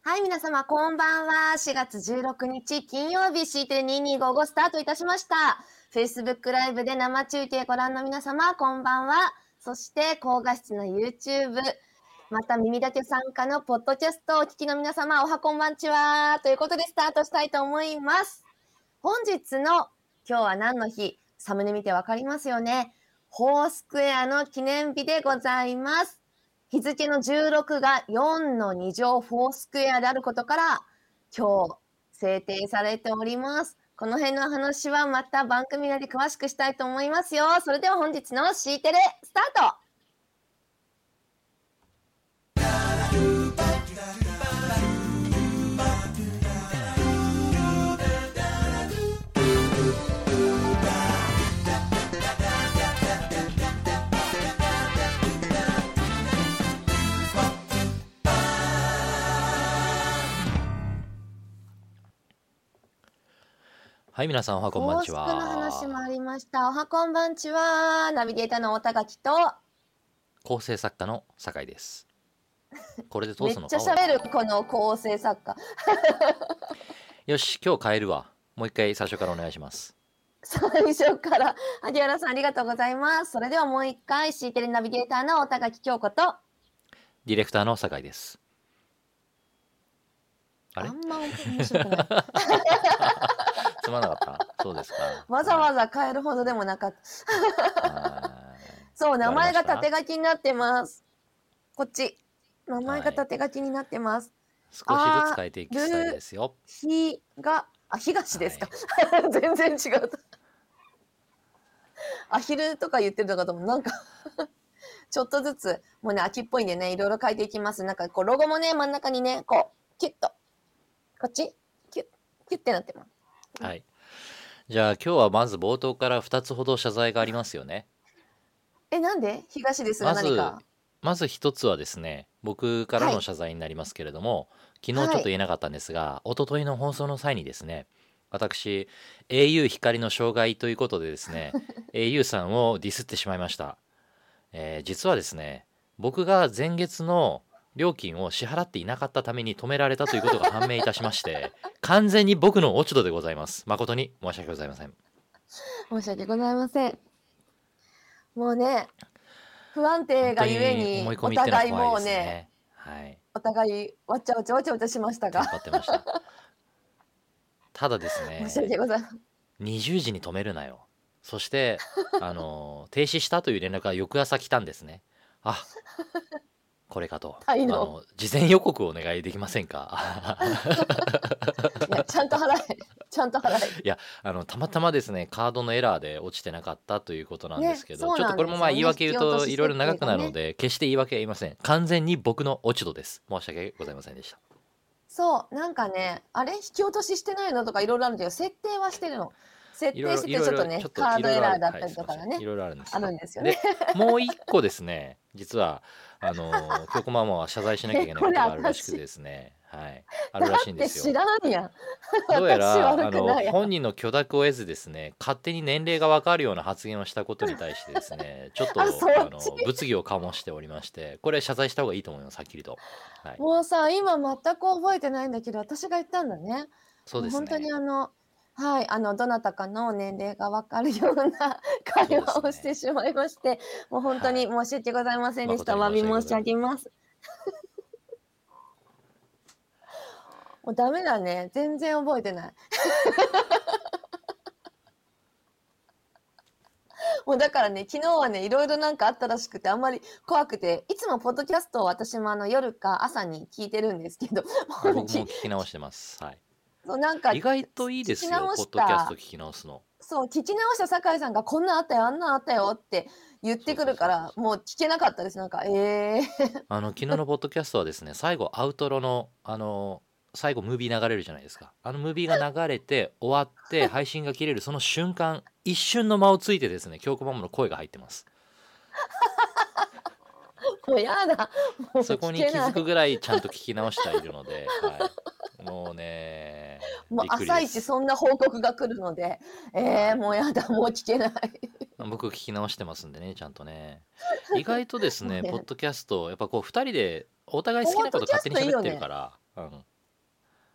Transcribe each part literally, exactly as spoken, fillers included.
はい、皆様、こんばんは。しがつじゅうろくにち金曜日 シーテレにひゃくにじゅうご スタートいたしました。Facebook ライブで生中継ご覧の皆様、こんばんは。そして、高画質の YouTube、また耳だけ参加のポッドキャストをお聞きの皆様、おはこんばんちは。ということで、スタートしたいと思います。本日の、今日は何の日、サムネ見てわかりますよね。フォースクエアの記念日でございます。日付のじゅうろくがよんのに乗フォースクエアであることから、今日制定されております。この辺の話はまた番組内で詳しくしたいと思いますよ。それでは本日の C テレスタート。 はい、皆さんおはこんばんちは。 フォースクの話もありました。おはこんばんちは。ナビゲーターのおたがきと構成作家の酒井です。これで通めっすのちゃ喋るこの構成作家。 よし、今日変えるわ。もう一回最初からお願いします。 最初から萩原さんありがとうございます。それではもう一回 C テレナビゲーターのおたがき京子とディレクターの酒井です。あれあんま面白くないつまんなかったそうですか。 わざわざ変えるほどでもなかった。そう、名前が縦書きになってます。こっち。名前が縦書きになってます。 少しずつ変えていくスタイルですよ。 ひが、あ、東ですか。はい、全然違う。アヒルとか言ってるのかと思う。なんかちょっとずつ、もうね、秋っぽいんでね、いろいろ変えていきます。なんかこう、ロゴもね、真ん中にね、こう、キュッと。こっちキュッ、キュッてなってます。 はい。じゃあ今日はまず冒頭からふたつほど謝罪がありますよね。 え、なんで東ですが何か。 まず、まず一つはですね、僕からの謝罪になりますけれども、はい、昨日ちょっと言えなかったんですが、はい、一昨日の放送の際にですね、私 エーユー 光の障害ということでですねエーユー さんをディスってしまいました、えー、実はですね、僕が前月の料金を支払っていなかったために止められたということが判明いたしまして完全に僕の落ち度でございます。誠に申し訳ございません。 申し訳ございません。もうね、不安定がゆえにお互いもうね、はい、お互いわちゃわちゃわちゃわちゃしましたが頑張ってましたただですね、 申し訳ございません。 にじゅうじに止めるなよ。そしてあの停止したという連絡が翌朝来たんですね。あ、これかと。あの事前予告をお願いできませんかいや、ちゃんと払え。ちゃんと払え。 いや、あのたまたまですね、カードのエラーで落ちてなかったということなんですけど、ね、ちょっとこれもまあ言い訳言うといろいろ長くなるので、決して言い訳は言いません。完全に僕の落ち度です。申し訳ございませんでした。 そう、なんかね、あれ引き落とししてないのとかいろいろあるんだけど、設定はしてるの。設定しててちょっとね、カードエラーだったりとかがね、 いろいろあるんです。 あるんですよね。 で、もう一個ですね、実はあの京子ママは謝罪しなきゃいけないことがあるらしくてですね、はい、あるらしいんですよ。 知らんやん。 どうやらあの本人の許諾を得ずですね、勝手に年齢が分かるような発言をしたことに対してですね、ちょっとあの物議を醸しておりまして、これ謝罪した方がいいと思います、はっきりと。 はい、もうさ、今全く覚えてないんだけど、私が言ったんだね。 そうですね。 本当にあのはい、あのどなたかの年齢が分かるような会話をしてしまいまして、もう本当に申し訳ございませんでした。お詫び申し上げます。もうダメだね。全然覚えてない。もうだからね、昨日はね、いろいろなんかあったらしくて、あんまり怖くて、いつもポッドキャストを私もあの夜か朝に聞いてるんですけど、 僕も聞き直してます。はい。 そうなんか意外といいですよ、ポッドキャスト聞き直すの。 そう、聞き直した酒井さんがこんなんあったよ、あんなんあったよって言ってくるから、もう聞けなかったです。なんか、えーあの、昨日のポッドキャストはですね、最後、アウトロの、あの、最後、ムービー流れるじゃないですか。あのムービーが流れて、終わって、配信が切れる、その瞬間、一瞬の間をついてですね、京子ママの声が入ってます。 もうやだ。 もうそこに気づくぐらいちゃんと聞き直しているので、はい、もうね、 もう朝一そんな報告が来るので、えー、もうやだ、もう聞けない。 僕聞き直してますんでね、ちゃんとね。意外とですね、ポッドキャスト、やっぱこうふたりでお互い好きなこと勝手に喋ってるから、うん、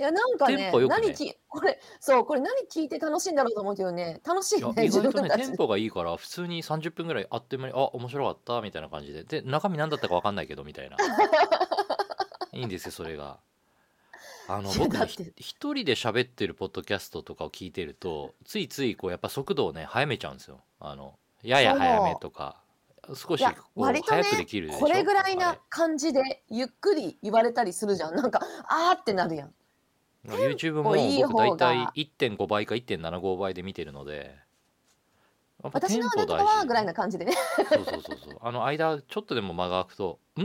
いや、なんかテンポね、何よくね。 きこれ、そう、これ何聞いて楽しいんだろうと思うけどね、楽しいや、 いね、 意自外とね、 分たちで。 テンポがいいから、普通にさんじゅっぷんぐらいあっという間に、あ、面白かったみたいな感じで、で、中身何だったか分かんないけどみたいな。いいんですよ、それが。あの、 いや、 僕ね、ひだって、 一人で喋ってるポッドキャストとかを聞いてると、ついついこう、やっぱ速度をね、速めちゃうんですよ。あの、やや早めそう。 とか、少しいや、 こう、 割とね、 早くできるでこれしょぐらいなあれ。 感じでゆっくり言われたりするじゃん。なんか、あーってなるやん。テン YouTube ポいいも僕だいたい方が、 いってんごばいかいってんななごばいで見てるので、やっぱテンポ私のあなた大事。 はぐらいな感じでね。 そうそうそうそう。あの間、ちょっとでも間が空くと、んって、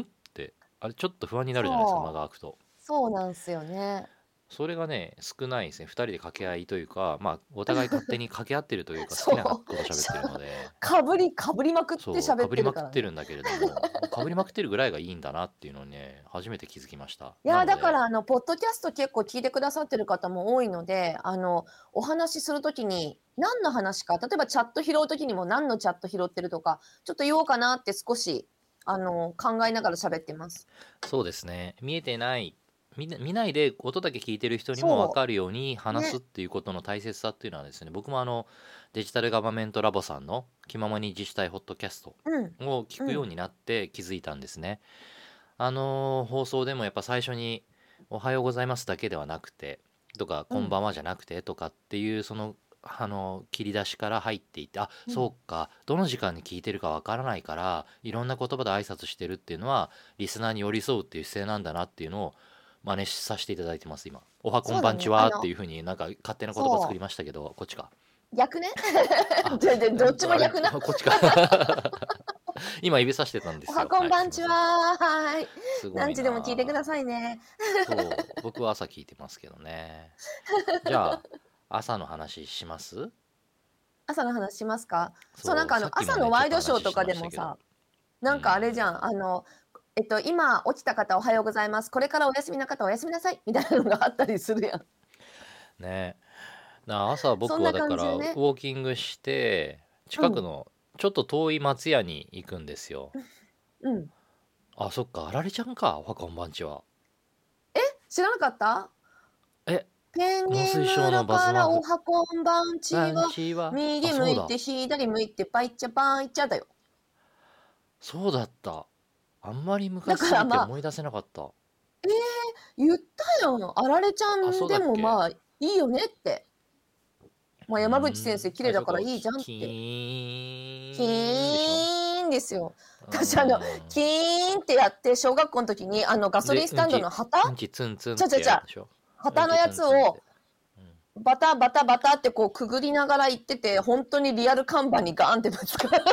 あれちょっと不安になるじゃないですか、間がそう、 空くと。 そうなんすよね。 それがね、少ないですね。ふたりで掛け合いというか、まあ、お互い勝手に掛け合ってるというか、好きなそう、 こと喋っしゃてるので、 かぶりかぶりまくってそう、か喋っぶりてるからね。 まくってるんだけれども、かぶりまくってるぐらいがいいんだなっていうのにね、初めて気づきました。 いや、 なので、 だからあの、ポッドキャスト結構聞いてくださってる方も多いので、あの、お話しする時に、何の話か、例えばチャット拾う時にも何のチャット拾ってるとか、ちょっと言おうかなって少し、あの、考えながら喋ってます。 そうですね、見えてない、見な見ないで音だけ聞いてる人にも分そかるようにう、 話すっね、 ていうことの大切さっていうのはですね、僕もあの、デジタルガバメントラボさんの気ままに自治体ホットキャストうん、 を聞くうん、 ようになって気づいたんですね。あのー放送でもやっぱ最初に「おはようございます」だけではなくてとか「こんうん、 ばんは」じゃなくてとかっていうそのあの切り出しから入っていって、あ、 うん。 そうか、どの時間に聞いてるかわからないからいろんな言葉で挨拶してるっていうのはリスナーに寄り添うっていう姿勢なんだなっていうのを真似させていただいてます今。おはこんばんちそうだね、あの、 はっていうふうになんか勝手な言葉作りそましたけど、こっちか。 う、逆ね。 あ、 でで、どっちもあれ、 逆な。 こっちか。今指さしてたんでおはすよ。はい、 こんばんすいません。 ちは。はい。 すごい何時でも聞いてくだな。 さいね。 そう、僕は朝聞いてますけどね。じゃあ、朝の話します？ 朝の話しますか？そう、なんそう、 かあの、 さっきもね、ちょっ朝のワイと話してドショーとかましたけど。 でもさ、なんかあれうん。 じゃん、あの、えっと、今起きた方おはようございます。これからお休みな方おやすみなさいみたいなのがあったりするやん。 ね。な朝僕はそんなだからウォ感じでね。 ーキングしてうん、 近くのちょっと遠い松屋に行くんですよ。 うん。 あ、そっか、あられちゃんか、おはこんばんちは。 知らなかった？ え、 ペン農ギン水省の村からおバスマフはこんばんちランは、 チは、あ、 右向いそうだ。 て左向いてパイチャパンイチャだよ。 そうだった。あんまりだ昔すからまあ、 ぎて思い出せなかった。 ええ、言ったよ。あられちゃあ、そうんでだっけ。 もまあ、いいよねって。まあ、 うー山口先生ん。あ、 綺麗だそうか、 からいいじゃんっきキて。キーンでしょ。 ーンですよ。 う私あの、 ーん。 キーンってやって、小学校の時に、あの、ガソリで、 ンスタンドのうんち、 旗うんちツンツンってちゃちゃちゃ、 やるでしょ。うんちツ旗のやつをンツンって。うん。 バタバタバタってこうくぐりながら行ってて、本当にリアル看板にガーンってぶつかって、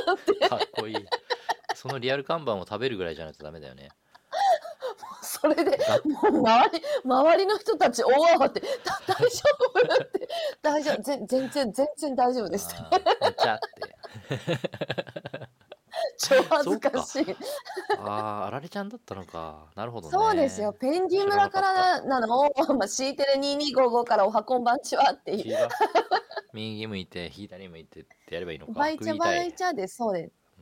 かっこいい。そのリアル看板を食べるぐらいじゃないとダメだよね。 それでが、 もう周り周りの人たち大慌て、だ大丈夫って、大丈夫、ぜ全然全然大丈夫ですって。 あー、むちゃって。 超恥そっか。 ずかしい。 あー、あられちゃんだったのか。なるほどそうですよ。 ね。 ペンギン知らな村かかった。 らなの、まあ、シーテレにーにーごーごからおはこんばんちはっていう。 違う。右向いて、左向いてってやればいいのか。 バイチャ首痛い。 バイチャです、そうです。 うん。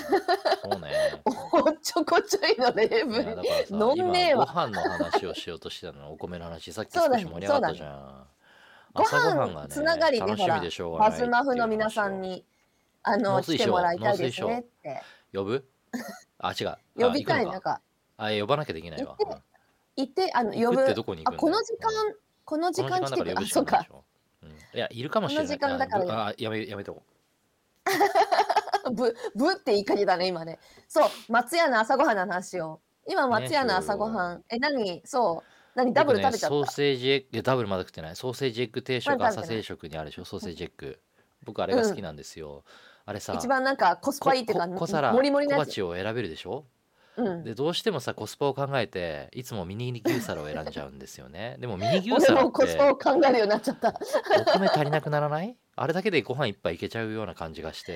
そうね。 おっちょこちょいの例いや、 文。 だからさ、 飲ん今、 ねえわ。 ご飯の話をしようとしてたの、お米の話、さっきそうだね、 少し盛り上がったじそうだね。 ゃん。 ご朝ごはん飯つなががね、 りでほら、 楽しみでしょうがバズないっていうマフの皆話を。 さんに、あの、来農水省、 てもらいたいですね農水省、 って。 呼ぶ。あ、違う。あ、 呼びたい、なん行くのか。 か、 あ、呼ばなきゃできないわ。 行ってうん。 行って、あの、 行くって呼ぶ。 どこにあ、 行くんだよ。 この時間うん。 この時この時間来てくれ、あ、 間だから呼ぶしそうか。 かないでしょ。うん。いや、いるかもこの時しれない。あ、ぶ、 間だからよ。 あ、やめ、やめとこぶぶって言いかけたね、今ね。そう、松屋の朝ごはんの話を。今、 う。ね、 松屋しようの朝ごはよ。 ん、え、何そう、何ダブル僕ね、ソー食べちゃった？ セージエッグ、いやダブルまだ食ってない。ソーセージエッグ定ま食、朝定だ食べてない？ 食にあるでしょ、ソーうん。 セージエッグ。僕あれが好うん。 きなんですよ。あれ一さ、 番なんかコスパいこ、 いっていうか、 こ、 ん、 小皿、 もりもりのやつ。 小鉢を選べるでしょ。 うん。 で、どうしてもさ、コスパを考えて、いつもミニ牛皿を選んじゃうんですよね。でもミニ牛俺皿っもコスパて、 を考えるようになっちゃった。 お米足りなくならない？あれだけでご飯一杯いけちゃうような感じがして、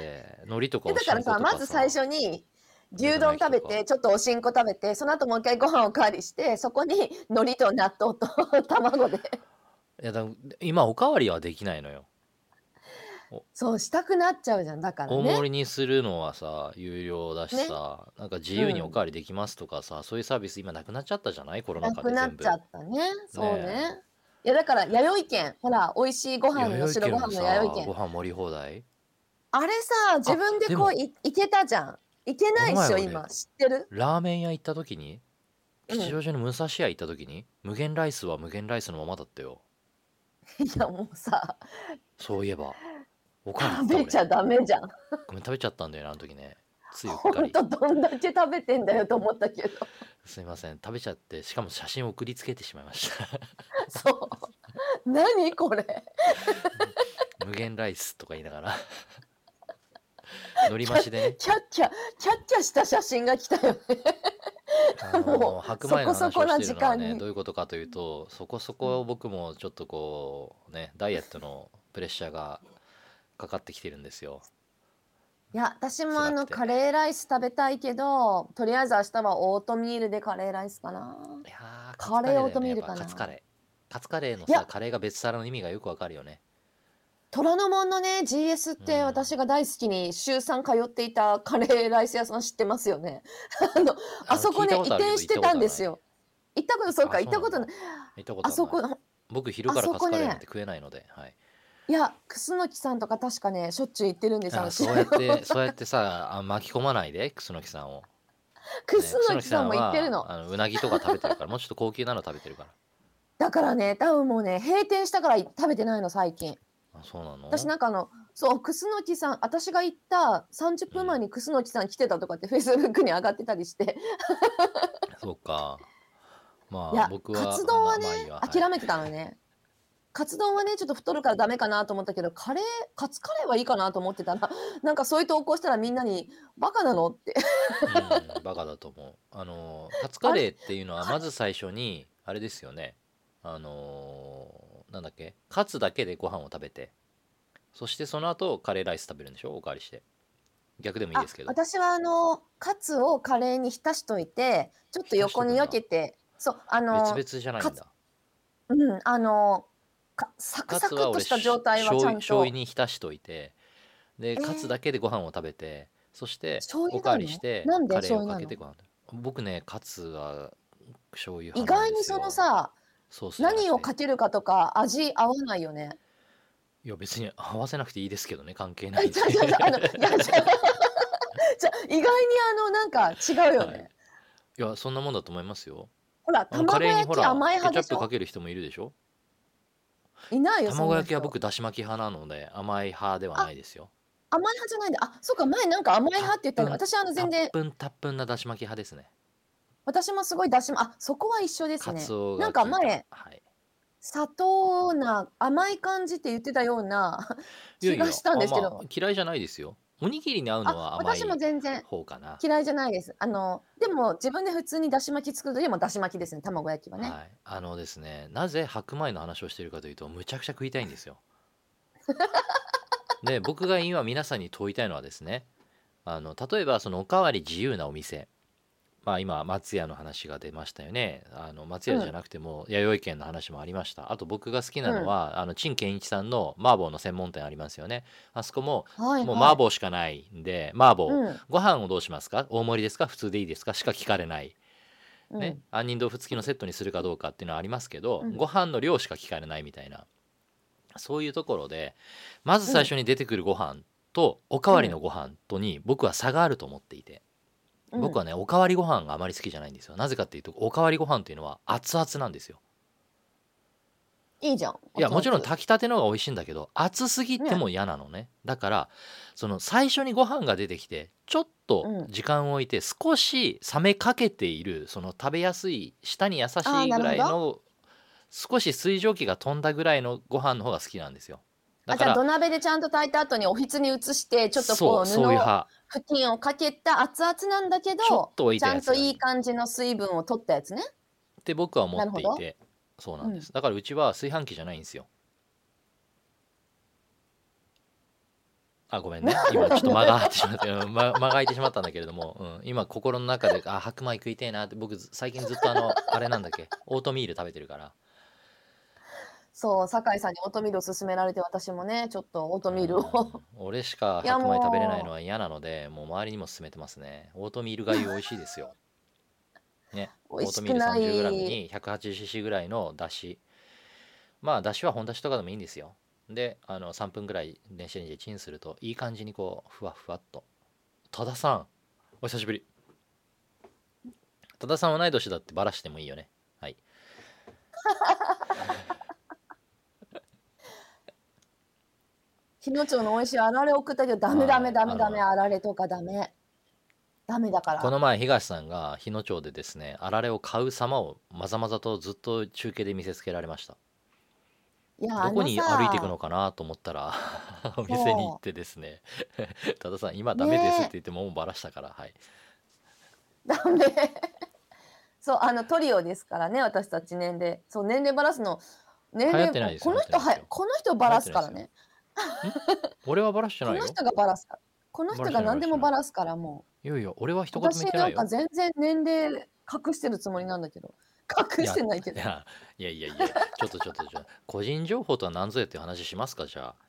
海苔とかえ、 おだからさ、 しんことまず最かさ、 初に目牛丼玉焼きとか。 食べて、ちょっとおしんこ食べて、その後もう一回ご飯おかわりして、そこに海苔と納豆と卵で。 いや、だ今おかわりはできないのよ。おそう、したくなっちゃうじゃん、だからね。 大盛りにするのはさ、有料だしね。 さ、なんか自う由におかん。 わりできますとかさ、そういうサービス今なくなっちゃったじゃない？コロナな禍くなっちゃで全部。 ったね。 ねえ。 そうね。 やだから弥生県、ほら、美味しいご飯の弥生白ご飯の県もさ弥生県。 ご飯盛り放題。 あれさ、自あ分ででもこうい行けたじゃん。行けこないっしょ、 の前俺今。知ってる？ ラーメン屋行った時にうん。 吉祥寺の武蔵屋行った時に無限ライスは無限ライスのままだったよ。 いやもうさ、 そういえばおかわり行っ食た俺。 べちゃダメじゃん。 ごめん食べちゃったんだよねあの時ね。ついうっほかり。 んとどんだけ食べてんだよと思ったけど。 すいません食べちゃって、しかも写真送りつけてしまいましたそう。何これ。 無限ライスとか言いながらのりキャ増しでね。 キャッキャキャッキャした写真が来たよね。 あのもう白米のそこそこな話をしているのは時間に。 ねどういうことかというと、そこそうんこ僕もちょっとこうねダイエットのプレッシャーがかかってきてるんですよ。 いや、私もあ辛くて。 のカレーライス食べたいけど、とりあえず明日はオートミールでカレーライスかな。 いやーカツカレーオーカレーだよね。やっトミールかな。 ぱカツカレー。カツカレーのいや、 さカレーが別皿の意味がよくわかるよね。 虎ノ門のね、ジーエス っうん。 て私が大好きに週さん通っていたカレーライス屋さん知ってますよね。あの、ああの聞いたそこね、移ことあるけど行っ転してたたことはない。 んですよ。行ったこと、そうか、 あ、 行っそうなんだ。 たことない。 行ったことはない。 あそこ、 僕昼あからカツそこね、 カレーなんて食えないので、はい。 いや、楠木さんとか確かね、しょっちゅう行ってるんですよ、ああ、 の、 そうやってそうやってさあ巻き込まないで楠木さんを。ね、 楠楠木さん木さんも行ってるの。 はあのうなぎとか食べてるから、もうちょっと高級なの食べてるから。 だからね、多分もうね、閉店したから食べてないの、最近。 あ、そうな私の？ なんかあの、そう、楠木さん、私が行った30分前うん。 に楠木さん来てたとかってフェイスブックに上がってたりして、 そうか。 いまあや、 僕カツはあ丼はね、 なまあいいわ。はい。 諦めてたのね。カツ丼はね、ちょっと太るからダメかなと思ったけど、カレーカツカレーはいいかなと思ってたら、なんかそういう投稿したらみんなに「バカなの？」って。 うん、バカだと思う。あのカツカあれ、 レーっていうのはカレまず最初にあれですよね。あのなんだっけ、カツだけでご飯を食べて、そしてその後カレーライス食べるんでしょ、おかわりして。逆でもいいであ、 すけど。 私はあの、カツをカレーに浸しといて、ちょっと浸し横にとくんだ。 避けて、そう、あ別の、 々じゃないカツんだ。 うん、あの、かサクカサクっとツは俺した状態はちゃ醤油醤油んと、 に浸しといて、でえカツだー、 けでご飯を食べて、そして醤おかわ油なの？ りしてなんでカレーを醤油なの？ かけてご飯。僕ねカツは醤油意派なん外にそのですよ。 さ、 ソースじゃなく何をて。 かけるかとか味合わないよね。 いや別に合わせなくていいですけどね、関係なえ、 いんでじゃあじゃあじゃあ、あの、いや、じゃあじゃあ、意外にあの、なんか違うよはい。 ね。 いやそんなもんだと思いますよ。 ほら、 あのカレーにほ卵焼き甘いらケチャッ派でしょ？ プかける人もいるでしょ。 いないよ、そん卵焼きはな人。 僕だし巻き派なので甘い派ではなあ、 いですよ。 甘い派じゃないんだ。あ、そっか、前なんか甘いたっ派って言ったね。 ぷん私あのたっ全然、 ぷんたっぷんなだし巻き派ですね。 私もすごいだしもあ、そこは一緒ですカツね。 オなんが効いた。 か前、 はい。 砂糖な甘い感じって言ってたようないやいや、 気がしたんあ、 ですけど、 まあ嫌いじゃないですよ。おにぎりに合うのあ、私もは甘い全然方かな。 嫌いじゃないです。あの、でも自分で普通にだし巻き作るときもだし巻きですね、卵焼きはね。 はい。あのですね、なぜ白米の話をしているかというと、むちゃくちゃ食いたいんですよ。で、僕が今皆さんに問いたいのはですね、あの例えばそのおかわり自由なお店、まあ今松屋の話が出ましたよね。あの松屋じゃうん、 なくても弥生県の話もありました。あと僕が好きなのうん。 はあの陳健一さんの麻婆の専門店ありますよね。あそこももうはいはい。 麻婆しかないんで、麻婆うん、 ご飯をどうしますか、大盛りですか普通でいいですかしか聞かれないね。 うん、 杏仁豆腐付きのセットにするかどうかっていうのはありますけど、 うん、 ご飯の量しか聞かれないみたいな、そういうところでまず最うん、 初に出てくるご飯とおかうん、 わりのご飯とに僕は差があると思っていて、 うん。 僕はねおかわりご飯があまり好きじゃないんですよ。なぜかっていうとおかわりご飯っていうのは熱々なんですよ。 いいじゃん、 いやもちろん熱々。 炊きたての方が美味しいんだけど熱すぎてね。 も嫌なのね。だからその最初にご飯が出てきてちょっとうん。 時間を置いて少し冷めかけている、その食べやすい舌に優ああ、 しいぐなるほど。 らいの少し水蒸気が飛んだぐらいのご飯の方が好きなんですよ。だあ、じゃあから土鍋でちゃんと炊いた後におひつに移して、ちょっとそうこう布、 そういう派、 布巾をかけた熱々なんだけちょっど、 と置いたちゃんとやつがいいいい感じの水分を取ったやつね。 って僕は思っなるほど。 ていて、そうなうん。 んです。だからうちは炊飯器じゃないんですよ。あ、ごめんね。今ちょっと間が空いてしまって、うん間、間が空いてしまったんだけれども、うん、今心の中で、あ、白米食いてえなって、僕ず最近ずっとあの、あれなんだっけ、オートミール食べてるから。 そう、酒井さんにオートミールを勧められて、私もね、ちょっとオートうミールをん、俺しかいや、 白米食べれないのもは嫌なので、もう周りにも勧めてますね。オートミールがゆ美味しいですよ。ね。 う、美オートミール味しくなさんじゅうグラムい。 に ひゃくはちじゅうシーシー ぐらいのだし。 まあだしは本だしとかでもいいんですよ。であのさんぷんぐらい電子レンジでチンするといい感じにこうふわふわっと。多田さんお久しぶり。多田さん同い年だってバラしてもいいよね。はい。 日野町の美味しいあられ送ったけど、ダメダメダメダメ、 はあられとかダメ。ダメだから。 この前東さんが日野町でですねあられを買う様をまざまざとずっと中継で見せつけられました。 いや、 どあのこに歩いていくさ、 のかなと思ったらお店に行っそてですね多田さん今う、 ダメですってね言ってももうバラしたから、はい。 え、ダメ。そう、あのトリオですからね、私たち年齢。そう、年齢ばらすの、年齢、 流行ってないですよこの人は、 流行ってないですよこの人ばらすからね。 ん俺はバラしてないよ。 この人がばらすから。このバラしてない人が何でもばらすからもいやいや俺はう。 一言も言私ってなよ。 ないんか全然年齢隠してるつもりなんだけど。隠してないけど。 いやいやいやいやちょっとちょっとちょっと個人情報とは何ぞやっていう話しますかじゃあ。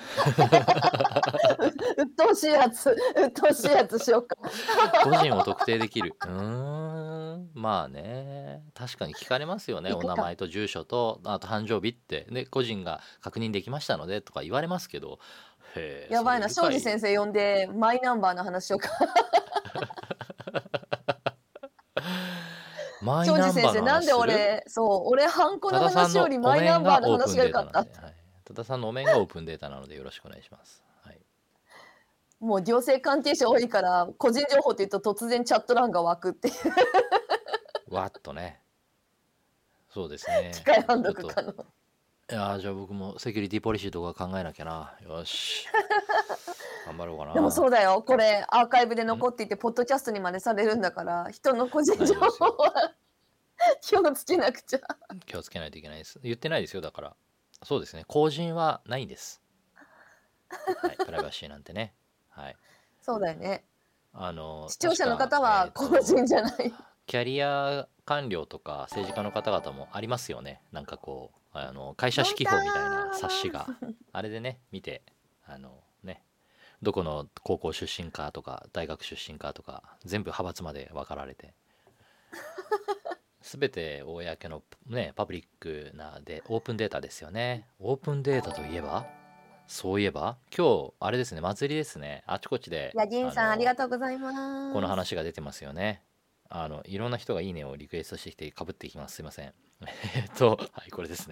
うっとうしいやつ、うっとうしいやつしようか。 個人を特定できる。うーんまあね確かに聞かれますよね。 行くかお名前と住所とあと誕生日ってで個人が確認できましたのでとか言われますけど、へえやばいな、庄司それるかい。 先生呼んでマイナンバーの話しようか。 マイ庄ナンバーの司先生、なんで話する。 俺、そう、俺、ハンコの多田さんの話よりお面マイナンバーがオープンの話がデータなんで、 良かった。 はい、多田さんのお面がオープンデータなのでよろしくお願いします。はい、 もう行政関係者多いから、個人情報って言うと突然チャット欄が湧くっていう。 わっとね。そうですね。 機械判読可能。 いやーじゃあ僕もセキュリティポリシーとか考えなきゃな。よし。頑張ろうかな。 でもそうだよ、これアーカイブで残っていて、ポッドキャストにまでされるんだから、人の個人情報は気をつけなくちゃ。 気をつけないといけないです。言ってないですよだから。そうですね。公人はないんです。はい、プライバシーなんてね。はい。 そうだよね。 あの視聴者の確か方はえーと個人じゃない。 キャリア官僚とか政治家の方々もありますよね。なんかこうあの会社指揮法みたいな冊子があれでね見てあのねどこの高校出身かとか大学出身かとか全部派閥まで分かられて全て公のねパブリックなでオープンデータですよね。オープンデータといえばそういえば今日あれですね祭りですね。あちこちでヤギンさんのありがとうございます。 この話が出てますよね。あのいろんな人がいいねをリクエストしてきてかぶっていきます。すいません。えっとはいこれですね。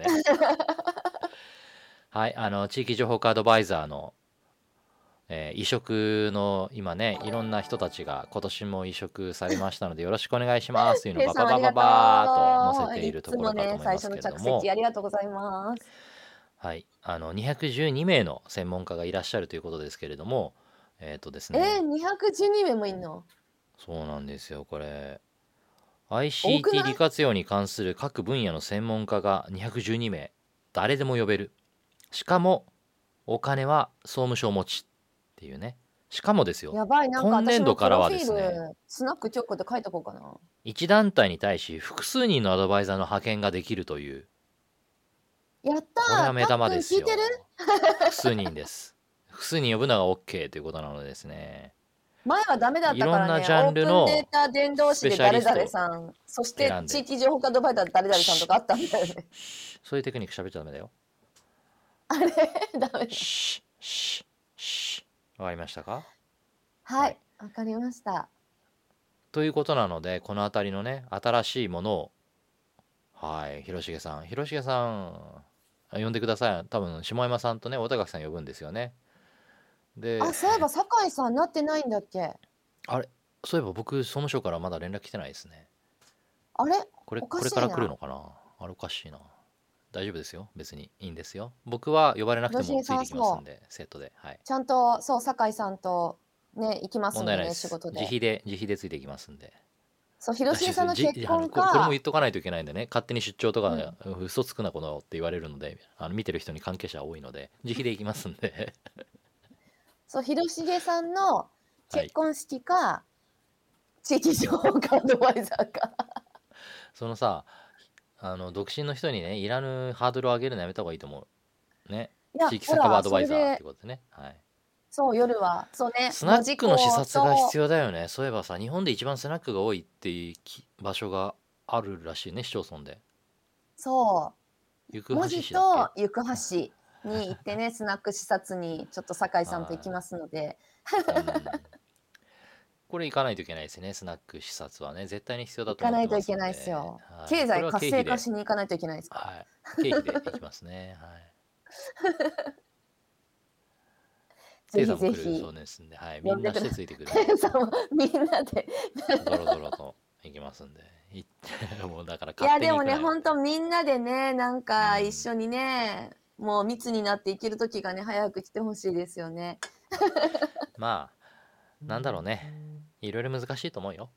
はいあの地域情報カードバイザーの、えー移植の今ねいろんな人たちが今年も移植されましたのでよろしくお願いしますというのをバババババーと載せているところかと思いますけれどいつもね、最初の着も、 席ありがとうございます。 はいあのにひゃくじゅうに名の専門家がいらっしゃるということですけれども、えっとですえねー、にひゃくじゅうに名もいんの？ そうなんですよこれ。 多くなアイシーティーい？ 利活用に関する各分野の専門家がにひゃくじゅうに名誰でも呼べる。しかもお金は総務省持ちっていうね。しかもですよやばい、なんか今年度から私もプロはですねフィール、スナックチョコで書いとこうかな。 いち団体に対し複数人のアドバイザーの派遣ができるというやったー。 これは目玉ですよ。 たっくん聞いてる？ 複数人です。複数人呼ぶのが OK ということなのでですね。 前はダメだったからね。 いろんなジャンルのオープンデータ伝道師で誰々さん、そして選んで地域情報カードバイザー誰々さんとかあったんだよね。 そういうテクニック喋っちゃダメだよ。 あれダメだ。 シッシッシッわかりましたか？ はい、わかりました。 ということなのでこの辺りのね新しいものをはい広重さん広重さん呼んでください。多分下山さんとね小高さん呼ぶんですよね。であ、そういえば酒井さんなってないんだっけ？ あれそういえば僕総務省からまだ連絡来てないですね。 あれこれおかしいなこれから来るのかな。あれおかしいな。大丈夫ですよ別にいいんですよ。僕は呼ばれなくてもついてきますんでセットで、はい、 ちゃんとそう酒井さんとね行きますんでね問題ないです。 仕事で。 自費で自費でついていきますんで。 そう広重さんの結婚じあのここれもか言っとかないといけないんでね勝手に出張とか、嘘つくなこのって言われるのであの見てる人に関係者多いので自費で行きますんでそう広重さんの結婚式か、地域情報カードバイザーか。 そのさあの独身の人にねいらぬハードルを上げるのやめた方がいいと思うね。 いや地域酒場アドバイザほらそれでーってことでね、はい、 そう夜はそうねスナックの視察が必要。 要だよね。そういえばさ日本で一番スナックが多いっていうき場所があるらしいね市町村で。 そう行橋文字市だっけ？ と行橋に行ってね、スナック視察にちょっと酒井さんと行きはますので、 い。うん。これ行かないといけないですね。スナック視察はね。絶対に必要だ行かと思ってまないといけないですすんで。 よ。 はい。 経済これは経費で、 活性化しに行かないといけないですから。 はい。経費で行きますね。はい。 ぜひテイさんも来るぜひそうですんで、はい。みんなして呼んでくださついてくるんで、 い。さんもみんなで。 ぞろぞろと行きますんで。行ってもうだから勝いや、でもね、 手に行くなよっほんとて。 みんなでね、なんうか一ん。 緒にね、もう密になっていける時がね、早く来てほしいですよね。 まあ、なんだろうね。いろいろ難しいと思うよ。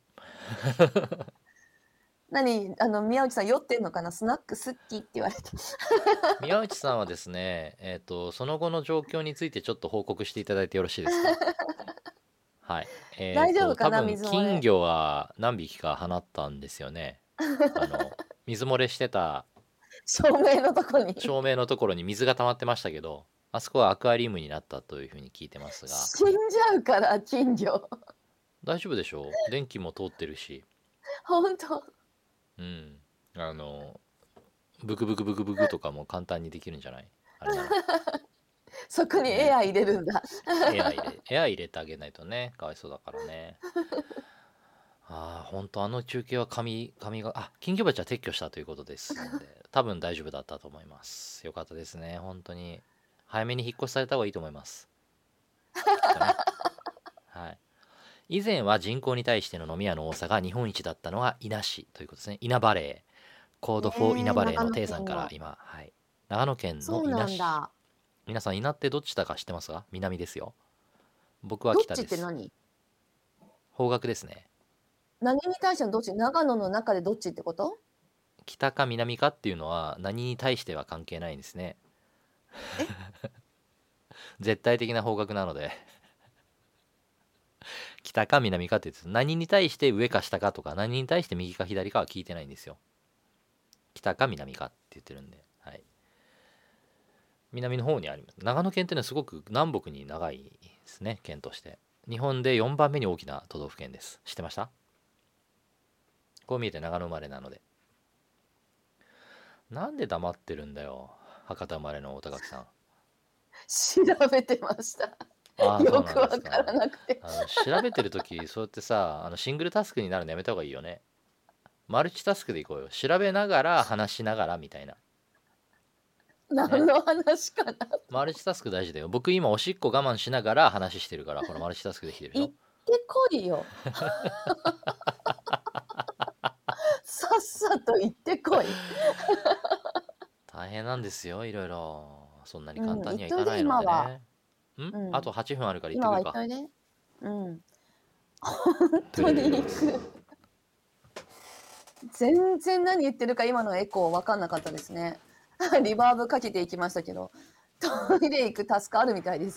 何あの、宮内さん酔ってんのかなスナック好きって言われて。 宮内さんはですね、えっと、その後の状況についてちょっと報告していただいてよろしいですか？はい。えっと、 大丈夫かな多分、 水漏れ。 金魚は何匹か放ったんですよね。あの、水漏れしてた照明のとこに。 照明のところに水が溜まってましたけど、あそこはアクアリウムになったというふうに聞いてますが、 死んじゃうから、金魚。 大丈夫でしょう？電気も通ってるし、 ほんと。 うん。あの、ブクブクブクブクとかも簡単にできるんじゃない？あれなら。 そこにエね。 ア入れるんだ。 エア入れ、エア入れてあげないとね、かわいそうだからね。ああ、本当あの中継は紙、紙が、あ、金魚鉢は撤去したということですんで、多分大丈夫だったと思います。よかったですね、本当に。早めに引っ越しされた方がいいと思います。きっとね。はい。以前は人口に対しての飲み屋の多さが日本一だったのが伊那市ということですね。伊那バレー。コードフォー稲えー、 バレー長野のテイさん県の。 から今、はい。長野県のそう伊那市。 なんだ。 皆さん、伊那ってどっちだか知ってますか？南ですよ。僕はどっ北です。 ちって何？ 方角ですね。 何に対してのどっち？長野の中でどっちってこと？ 北か南かっていうのは何に対しては関係ないんですね。 え絶対的な方角なので北か南かって言って何に対して上か下かとか何に対して右か左かは聞いてないんですよ。北か南かって言ってるんで、はい、南の方にあります。長野県っていうのはすごく南北に長いですね、県として。日本でよんばんめに大きな都道府県です。知ってました？こう見えて長野生まれなので。なんで黙ってるんだよ、博多生まれの大高木さん。 調べてました。 ああ、そうなんよくわからですか。 なくて。 あの調べてるときそうやってさ、あのシングルタスクになるのやめた方がいいよね。マルチタスクでいこうよ。調べながら話しながらみたいなね。 何の話かな。 マルチタスク大事だよ。僕今おしっこ我慢しながら話してるから、ほらマルチタスクできてるでしょ。 行ってこいよ。さっさと行ってこい。 大変なんですよ、いろいろ。そんなにうん、 簡単にはい行っといで、 かないので今は。 ね。んうん、 あとはちふんあるから行って今くるか。 は行っといで。うん。本トゥル当にルルルル。 行く。全然何言ってるか今のエコー分かんなかったですね。リバーブかけていきましたけど、トイレ行くタスクあるみたいです。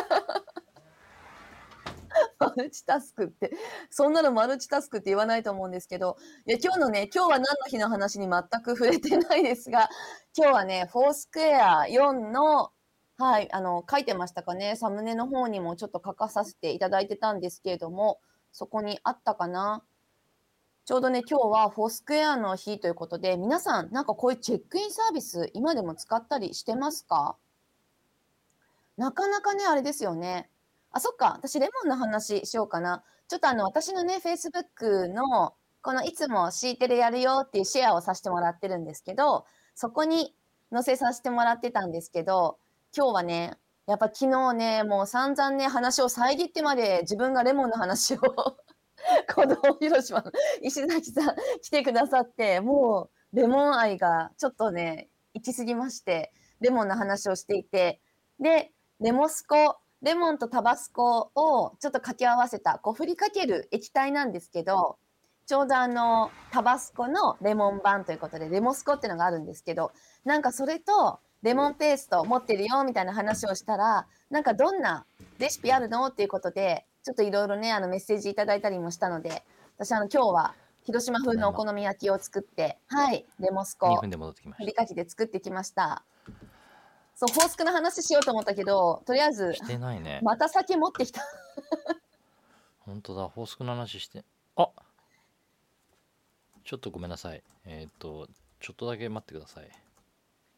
マルチタスクって、そんなのマルチタスクって言わないと思うんですけど、いや、今日のね、今日は何の日の話に全く触れてないですが、今日はね、フォースクエアよんの、はい、あの、書いてましたかね、サムネの方にもちょっと書かさせていただいてたんですけれども、そこにあったかな。ちょうどね、今日はフォースクエアの日ということで、皆さん、なんかこういうチェックインサービス、今でも使ったりしてますか？なかなかね、あれですよね。あ、そっか、私レモンの話しようかな。ちょっとあの、私のね、Facebook の、このいつもシーテレやるよっていうシェアをさせてもらってるんですけど、そこに載せさせてもらってたんですけど、今日はね、やっぱ昨日ね、もう散々ね、話を遮ってまで自分がレモンの話を子供広島の石崎さん来てくださって、もうレモン愛がちょっとね、行き過ぎまして、レモンの話をしていて、で、レモスコ、レモンとタバスコをちょっと掛け合わせた、こう振りかける液体なんですけど、ちょうどあの、タバスコのレモン版ということで、レモスコっていうのがあるんですけど、なんかそれとレモンペースト持ってるよみたいな話をしたら、なんかどんなレシピあるのっていうことで、ちょっといろいろね、あのメッセージいただいたりもしたので、私あの今日は広島風ただいま。 のお好み焼きを作って、はい、レモス 2 コ、 分で戻ってきました。 振りかけて作ってきました。そう、フォースクの話しようと思ったけど、とりあえず、 してないね。 また酒持ってきた。 本当だ、フォースクの話して。あ、ちょっとごめんなさい。えーっと、ちょっとだけ待ってください。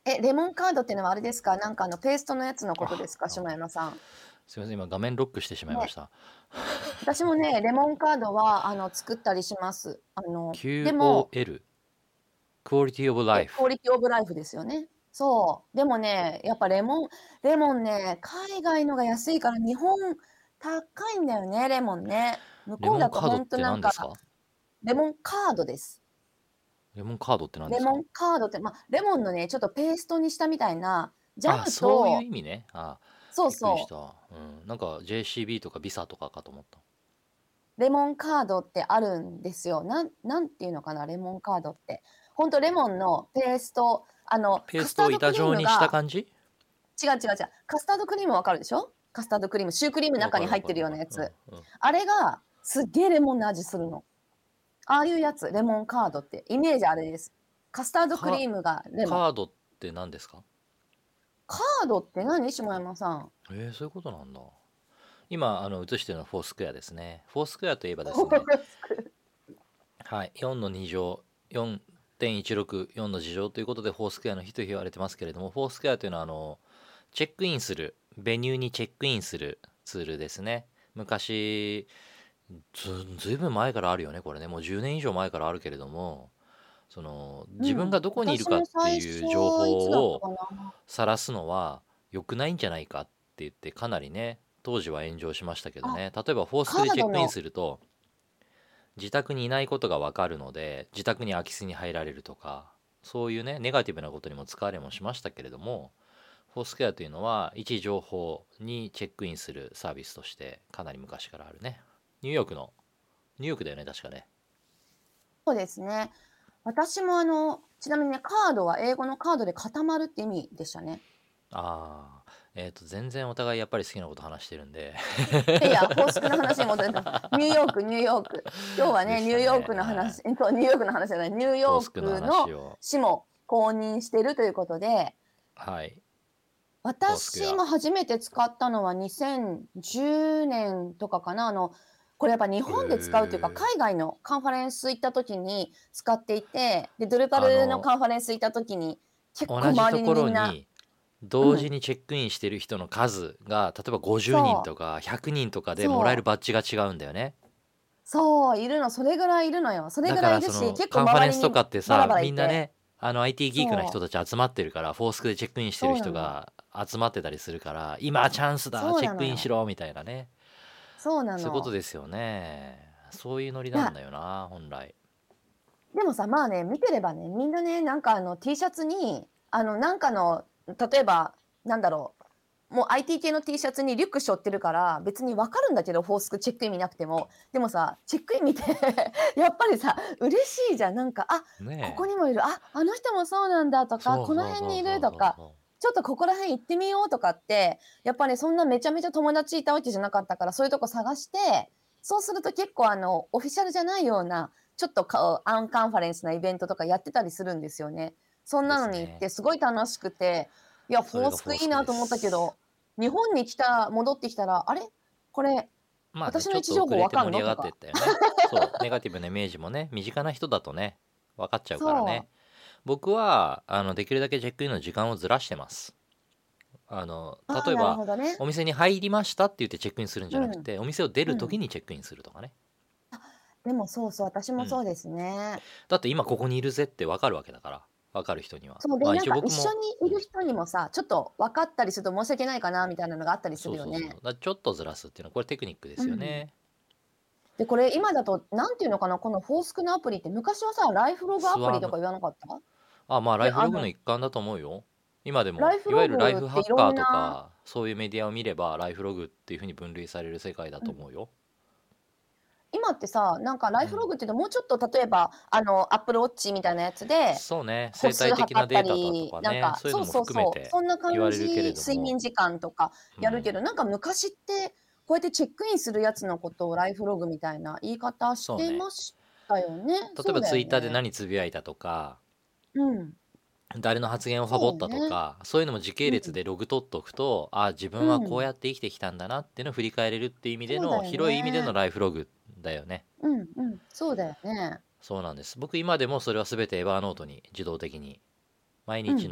え、レモンカードっていうのはあれですか？なんかあのペーストのやつのことですか？ あ、 下山さん。 すみません、今画面ロックしてしまいまね、 した。 私もね、レモンカードはあの作ったりします。あの、でも、 キューオーエル、クオリティオブライえ、クオフ。 リティオブライフですよね。そう。でもね、やっぱレモンレモンね、海外のが安いから日本高いんだよね、レモンね。向レモンこうだとほカードってんとなんか、 何ですか？ レモンカードです。 レモンカードって何ですか？ レモンカードって、ま、レモンのね、ちょっとペーストにしたみたいな、ジャあ、 ムそういうと意味ね。あ、びっくりしそうそう、 た。うん、なんか ジェーシービー とかビサとかかと思った。 レモンカードってあるんですよ。なんなんていうのかな、レモンカードって。ほんとレモンのペースト、あの、 ペーストをカスタードクリー板状にしたムが感じ？ 違う違う違う、カスタードクリーム分かるでしょ？カスタードクリーム、シュークリームわか中に入ってるわかるわかる。 るようなやつ。 うんうん。 あれがすっげえレモンの味するの。ああいうやつ、レモンカードって、イメージあれです。カスタードクリか、 ームがレモン。 カードって何ですか？ カードって何？下山さん。 えー、そういうことなんだ。今あの映してるのはフォースクエアですね。フォースクエアといえばですね、はい、よんのに乗、よんてんいちろく、よんの次乗ということでフォースクエアの日と言われてますけれども、フォースクエアというのはあのチェックインする、ベニューにチェックインするツールですね。昔、ずずいぶん前からあるよね、これね。もうじゅうねん以上前からあるけれども、その自分うん。 がどこにいる私かっても最初いう情いつだ報をったかな。 晒すのは良くないんじゃないかって言ってかなりね、当時は炎上しましたけどあ、 ね。例えばフォースカクでチェックインードのすると自宅にいないことがわかるので、自宅に空き巣に入られるとか、そういうねネガティブなことにも使われもしましたけれども、フォースクエアというのは位置情報にチェックインするサービスとしてかなり昔からあるね。ニューヨークのニューヨークだよね、確かね。 そうですね。私もあの、ちなみにね、カードは英語のカードで固まるって意味でしたね。 ああ、えっ、と全然お互いやっぱり好きなこと話してるんで。 いや、フォースクの話に戻ると、ニューヨーク、ニューヨーク。今日はね、ニューヨーでしたね。 クの話、 はい。 えっと、ニューヨークの話じゃない、ニューヨーフォースクのクの話を。 市も公認してるということで、 はい。フォースクエア。 私も初めて使ったのはにせんじゅうねんとかかな。あの、これやっぱ日へ本で使うというか、 え。 海外のカンファレンス行った時に使っていて、で、ドルパルのあの、 カンファレンス行った時に、結構周り同じとこにみんな、 ろに同うん、 時にチェックインしてる人の数が、例えばごじゅうにんそう、 とかひゃくにんとかでもらえるそう、 バッジが違うんだよね。 そう、いるの、それぐらいいるのよ。それだかぐらいいるし、 らその結構カンファレンスと周りにかってさ、 バラバラいて、 みんなね、あの アイティー ギークな人そう、 たち集まってるから、フォースクでチェックインしてるそうなの、 人が集まってたりするから、今チャンスだ、 そうチェッなのよ。 クインしろみたいなね。 そうなそういうことの。 ですよね。そういうノリいや、 なんだよな、本来。 でもさ、まあね、見てればね、みんなね、なんかあの T シャツに、あのなんかの、例えば、なんだろう、もう アイティー 系の T シャツにリュック背負ってるから、別にわかるんだけど、フォースクチェックイン見なくても。でもさ、チェックイン見てやっぱりさ、嬉しいじゃん。なんか、あ、ここねえ。 にもいる、あ、あの人もそうなんだとか、 そうこのそうそう辺にいそうそうるとか、 そちょっとここら辺行ってみようとかって、やっぱね、そんなめちゃめちゃ友達いたわけじゃなかったから、そういうとこ探して、そうすると結構あの、オフィシャルじゃないような、ちょっとかアンカンファレンスなイベントとかやってたりするんですよね。そんうでなのすね。 に行ってすごい楽しくて、いや、フォースクいそれがフォースクでいなと思ったけす。 ど、日本に来た戻ってきたら、あれ、これ、 まあね、 私のちょっと遅位置情報われて盛り上がかんのとか。 ってったよね。そう、ネガティブなイメージもね、身近な人だとね、分かっちゃうからね。 そう。 僕は、あの、できるだけチェックインの時間をずらしてます。あの、 ああ、なる例えば、 ほどね。 お店に入りましたって言ってチェックインするんじうん、 ゃなくて、お店を出るとうん。 きにチェックインするとかね。 でもそうそう、私うん。 もそうですね。 だって今ここにいるぜって分かるわけだから、分かる人には。 そう、で、 まあなんか一一応僕も、 緒にいるうん、 人にもさ、ちょっと分かったりすると申し訳ないかなみたいなのがあったりすそうそうそう。だるよね。 からちょっとずらすっていうのは、これテクニックでうん。 すよね。 で、これ今だと、なんていうのかな、このフォースクのアプリって、昔はさ、ライフログアスワム。 プリとか言わなかった？ あ、まあラで、 イフログのあの、 一環だと思うよ。今でも、 ライフロいわゆるライグっていろフハッカーんな、 とか、そういうメディアを見れば、ライフログっていうふうに分類される世界だうん。 と思うよ。 今ってさ、なんかライフロうん。 グっていうと、もうちょっと例えば、あの、アップルウォッチみたいなやつで、 そうね、 歩生態的な数測ったデータだとり、なんかね、 かそうそういうのもそうそう、 含めてそんな感じ、 言われるけれども、 睡眠時間とかうん。 やるけど、なんか昔って、こうやってチェックインするやつのことをライフログみたいな言い方してそうね。 ましたよね。 例えばそうだツイッターでよね。 何つぶやいたとか、 うん。 誰の発言をファボったとそうね。 か、そういうのも時系列うん。 でログ取っとくと、あ、自分はこううん。 やって生きてきたんだなっていうのを振り返れるっていう意味での、 そうだよ広い意味でのね。 ライフログだよね。 うんうん。そうだよね。 そうなんです。僕今でもそれは全てエバーノートに自動的に毎うん。 日の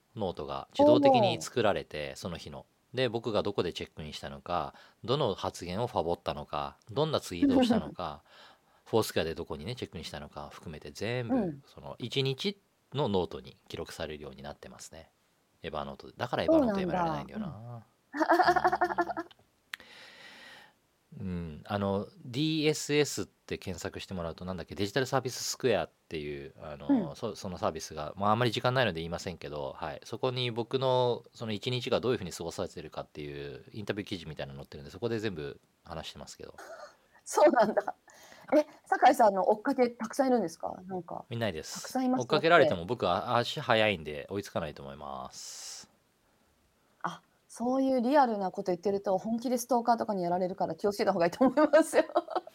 ノートが自動的に作られて、その日ので僕がどこでチェックインしたのか、どの発言をファボったのか、どんなツイートをしたのかフォースクエアでどこにねチェックインしたのか含めて全部、 うん、 そのいちにちのノートに記録されるようになってますね。エヴァノートで。だからエヴァノートやめられないんだよな。うん、うん、あの ディーエスエス って検索してもらうと、なんだっけ、デジタルサービススクエアっていうあの、 うん、 そそのサービスが、まあ、あんまり時間ないので言いませんけど、はい、そこに僕のそのいちにちがどういうふうに過ごされてるかっていうインタビュー記事みたいなの載ってるんで、そこで全部話してますけど。 そうなんだ。え、酒井さんの追っかけたくさんいるんですか？なんかいないでたくす。 さんいます追っかけられても僕は足早いんで追いつかないと思います。 あ、そういうリアルなこと言ってると本気でストーカーとかにやられるから気をつけた方がいいと思いますよ。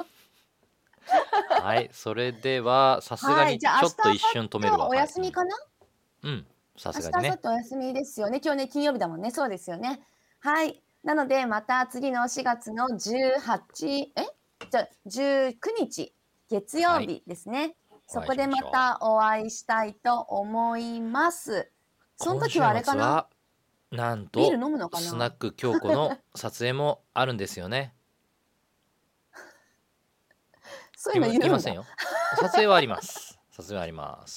はい、それではさすがはい、 にちじゃあ明日、 ょっと一明瞬止めるわ。 後日お休みかな？ はい、うん、うん、さ明日、 すがにね。 明後日お休みですよね。今日ね、金曜日だもんね。そうですよね。はい。なので、また次のしがつのじゅうはち、えじゃあじゅうくにち、月曜日ですね。 はい、 そこでまたお会いしたいと思います。その時はあれかな？ なんとビール飲むのかな？ スナック京子の撮影もあるんですよね。 そういうの言うんだ。 いませんよ。撮影はあります。撮影はあります。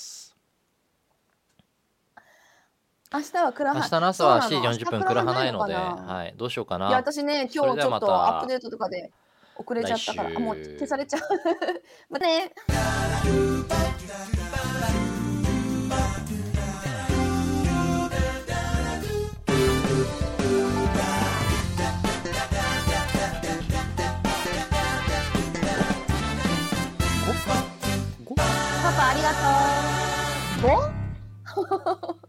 明日は倉明日の朝はしちじよんじゅっぷん倉はないので、はい、どうしようかな。 いや、私ね、今日ちょっとアップデートとかで遅れちゃったから、あ、もう消されちゃう。またね。パパありがとう。ご